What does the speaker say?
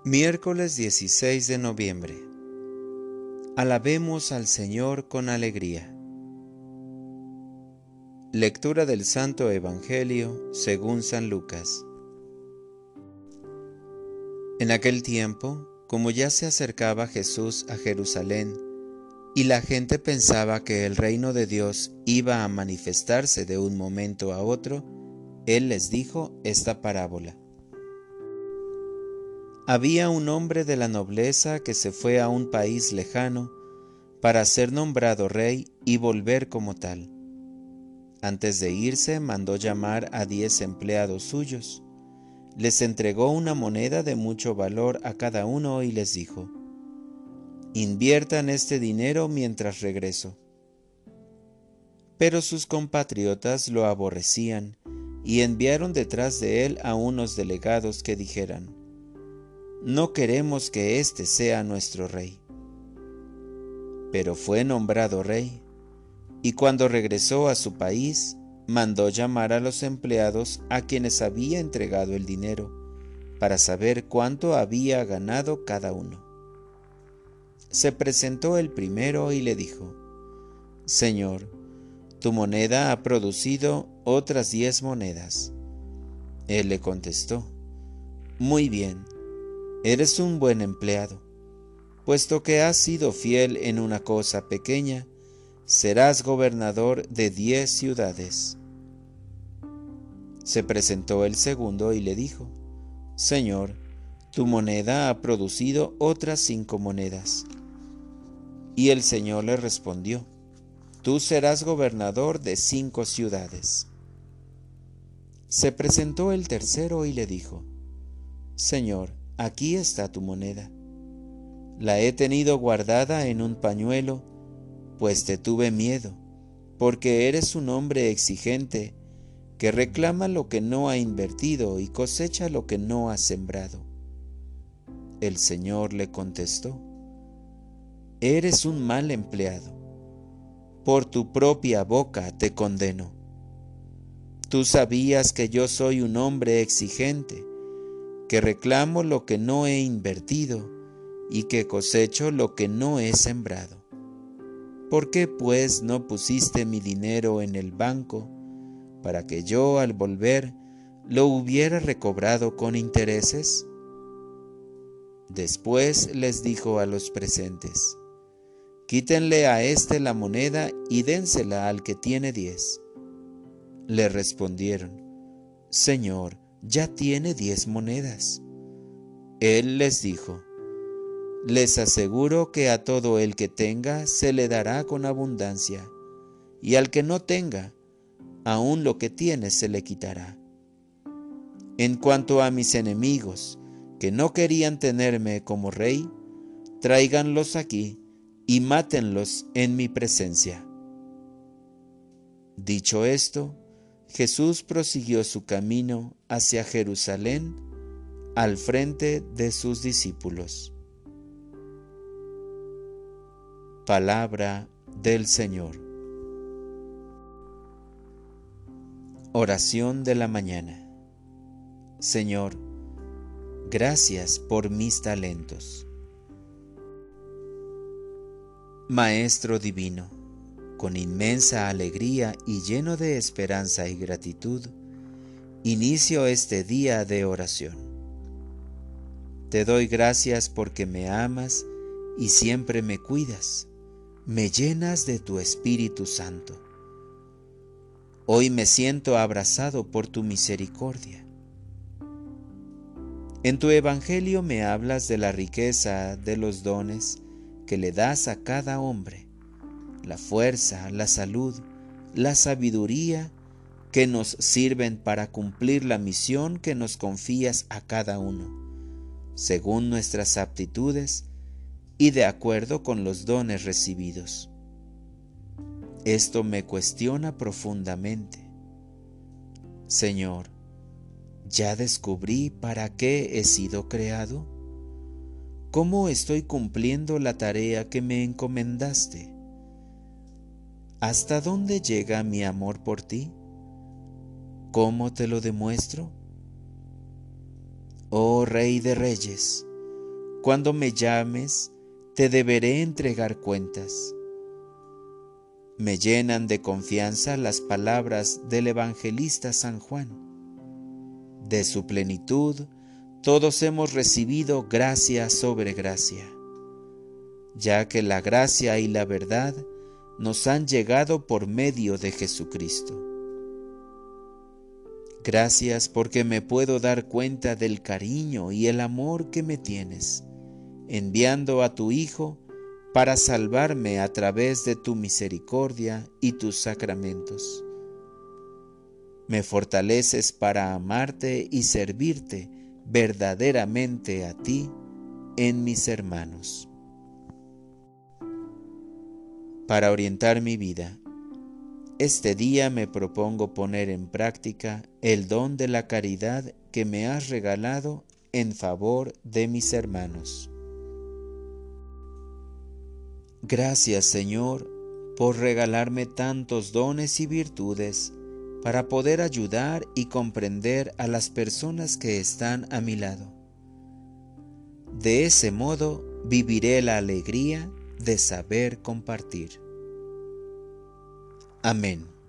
Miércoles 16 de noviembre. Alabemos al Señor con alegría. Lectura del Santo Evangelio según San Lucas. En aquel tiempo, como ya se acercaba Jesús a Jerusalén, y la gente pensaba que el reino de Dios iba a manifestarse de un momento a otro, Él les dijo esta parábola. Había un hombre de la nobleza que se fue a un país lejano para ser nombrado rey y volver como tal. Antes de irse, mandó llamar a 10 empleados suyos. Les entregó una moneda de mucho valor a cada uno y les dijo: «Inviertan este dinero mientras regreso». Pero sus compatriotas lo aborrecían y enviaron detrás de él a unos delegados que dijeran: «No queremos que éste sea nuestro rey». Pero fue nombrado rey, y cuando regresó a su país, mandó llamar a los empleados a quienes había entregado el dinero, para saber cuánto había ganado cada uno. Se presentó el primero y le dijo: «Señor, tu moneda ha producido otras 10 monedas». Él le contestó: «Muy bien, eres un buen empleado. Puesto que has sido fiel en una cosa pequeña, serás gobernador de 10 ciudades». Se presentó el segundo y le dijo: «Señor, tu moneda ha producido otras 5 monedas». Y el Señor le respondió: «Tú serás gobernador de 5 ciudades». Se presentó el tercero y le dijo: «Señor, aquí está tu moneda. La he tenido guardada en un pañuelo, pues te tuve miedo, porque eres un hombre exigente que reclama lo que no ha invertido y cosecha lo que no ha sembrado». El Señor le contestó: «Eres un mal empleado. Por tu propia boca te condeno. Tú sabías que yo soy un hombre exigente, que reclamo lo que no he invertido y que cosecho lo que no he sembrado. ¿Por qué pues no pusiste mi dinero en el banco, para que yo al volver lo hubiera recobrado con intereses?» Después les dijo a los presentes: «Quítenle a éste la moneda y dénsela al que tiene 10». Le respondieron: «Señor, ya tiene 10 monedas». Él les dijo: «Les aseguro que a todo el que tenga se le dará con abundancia, y al que no tenga, aún lo que tiene se le quitará. En cuanto a mis enemigos, que no querían tenerme como rey, tráiganlos aquí y mátenlos en mi presencia». Dicho esto, Jesús prosiguió su camino hacia Jerusalén al frente de sus discípulos. Palabra del Señor. Oración de la mañana. Señor, gracias por mis talentos. Maestro divino, con inmensa alegría y lleno de esperanza y gratitud, inicio este día de oración. Te doy gracias porque me amas y siempre me cuidas, me llenas de tu Espíritu Santo. Hoy me siento abrazado por tu misericordia. En tu Evangelio me hablas de la riqueza de los dones que le das a cada hombre, la fuerza, la salud, la sabiduría que nos sirven para cumplir la misión que nos confías a cada uno, según nuestras aptitudes y de acuerdo con los dones recibidos. Esto me cuestiona profundamente. Señor, ¿ya descubrí para qué he sido creado? ¿Cómo estoy cumpliendo la tarea que me encomendaste? ¿Hasta dónde llega mi amor por ti? ¿Cómo te lo demuestro? Oh Rey de Reyes, Cuando me llames, te deberé entregar cuentas. Me llenan de confianza las palabras del evangelista San Juan. De su plenitud, todos hemos recibido gracia sobre gracia, ya que la gracia y la verdad nos han llegado por medio de Jesucristo. Gracias porque me puedo dar cuenta del cariño y el amor que me tienes, enviando a tu Hijo para salvarme a través de tu misericordia y tus sacramentos. Me fortaleces para amarte y servirte verdaderamente a ti en mis hermanos. Para orientar mi vida, este día me propongo poner en práctica el don de la caridad que me has regalado en favor de mis hermanos. Gracias, Señor, por regalarme tantos dones y virtudes para poder ayudar y comprender a las personas que están a mi lado. De ese modo viviré la alegría de saber compartir. Amén.